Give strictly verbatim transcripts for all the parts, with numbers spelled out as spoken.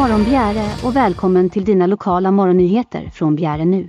morgon Bjäre och välkommen till dina lokala morgonnyheter från Bjäre nu.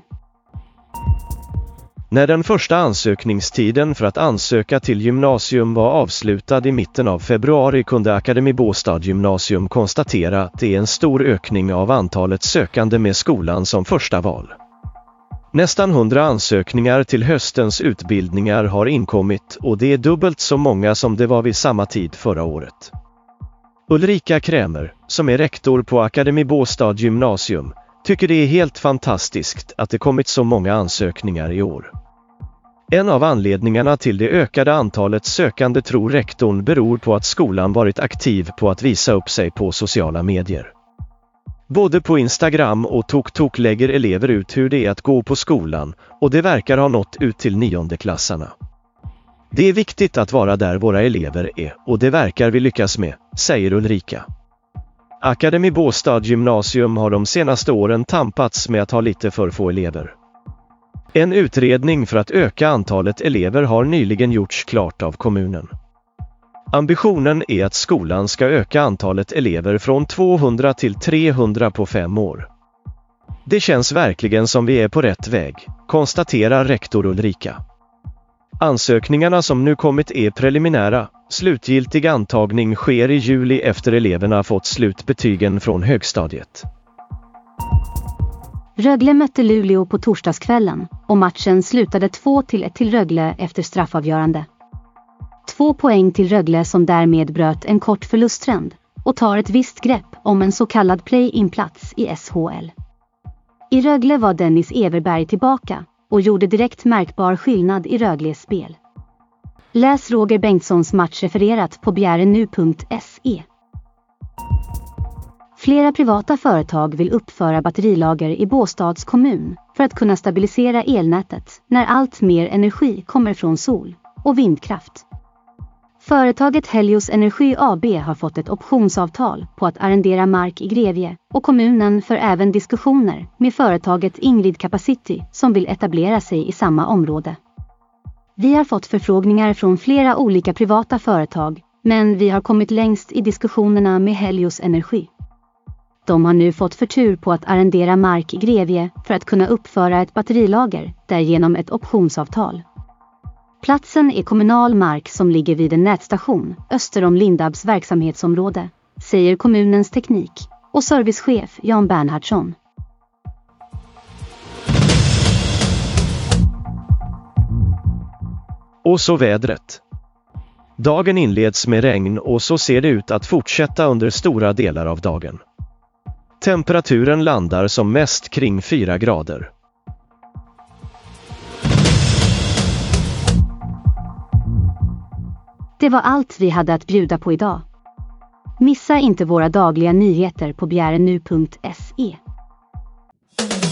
När den första ansökningstiden för att ansöka till gymnasium var avslutad i mitten av februari kunde Akademi Båstad gymnasium konstatera att det är en stor ökning av antalet sökande med skolan som första val. Nästan hundra ansökningar till höstens utbildningar har inkommit och det är dubbelt så många som det var vid samma tid förra året. Ulrika Krämer, som är rektor på Akademi Båstad gymnasium, tycker det är helt fantastiskt att det kommit så många ansökningar i år. En av anledningarna till det ökade antalet sökande tror rektorn beror på att skolan varit aktiv på att visa upp sig på sociala medier. Både på Instagram och TokTok lägger elever ut hur det är att gå på skolan och det verkar ha nått ut till niondeklassarna. Det är viktigt att vara där våra elever är och det verkar vi lyckas med, säger Ulrika. Akademi Båstad gymnasium har de senaste åren tampats med att ha lite för få elever. En utredning för att öka antalet elever har nyligen gjorts klart av kommunen. Ambitionen är att skolan ska öka antalet elever från tvåhundra till trehundra på fem år. Det känns verkligen som vi är på rätt väg, konstaterar rektor Ulrika. Ansökningarna som nu kommit är preliminära. Slutgiltig antagning sker i juli efter eleverna fått slutbetygen från högstadiet. Rögle mötte Luleå på torsdagskvällen och matchen slutade två till ett till Rögle efter straffavgörande. Två poäng till Rögle som därmed bröt en kort förlusttrend och tar ett visst grepp om en så kallad play-in-plats i S H L. I Rögle var Dennis Everberg tillbaka och gjorde direkt märkbar skillnad i Rögles spel. Läs Roger Bengtssons match refererat på bjärenu punkt se. Flera privata företag vill uppföra batterilager i Båstads kommun för att kunna stabilisera elnätet när allt mer energi kommer från sol- och vindkraft. Företaget Helios Energy A B har fått ett optionsavtal på att arrendera mark i Grevie och kommunen för även diskussioner med företaget Ingrid Capacity som vill etablera sig i samma område. Vi har fått förfrågningar från flera olika privata företag, men vi har kommit längst i diskussionerna med Helios Energy. De har nu fått förtur på att arrendera mark i Grevie för att kunna uppföra ett batterilager, därigenom ett optionsavtal. Platsen är kommunal mark som ligger vid en nätstation öster om Lindabs verksamhetsområde, säger kommunens teknik- och servicechef Jan Bernhardsson. Och så vädret. Dagen inleds med regn och så ser det ut att fortsätta under stora delar av dagen. Temperaturen landar som mest kring fyra grader. Det var allt vi hade att bjuda på idag. Missa inte våra dagliga nyheter på bjärenu punkt se.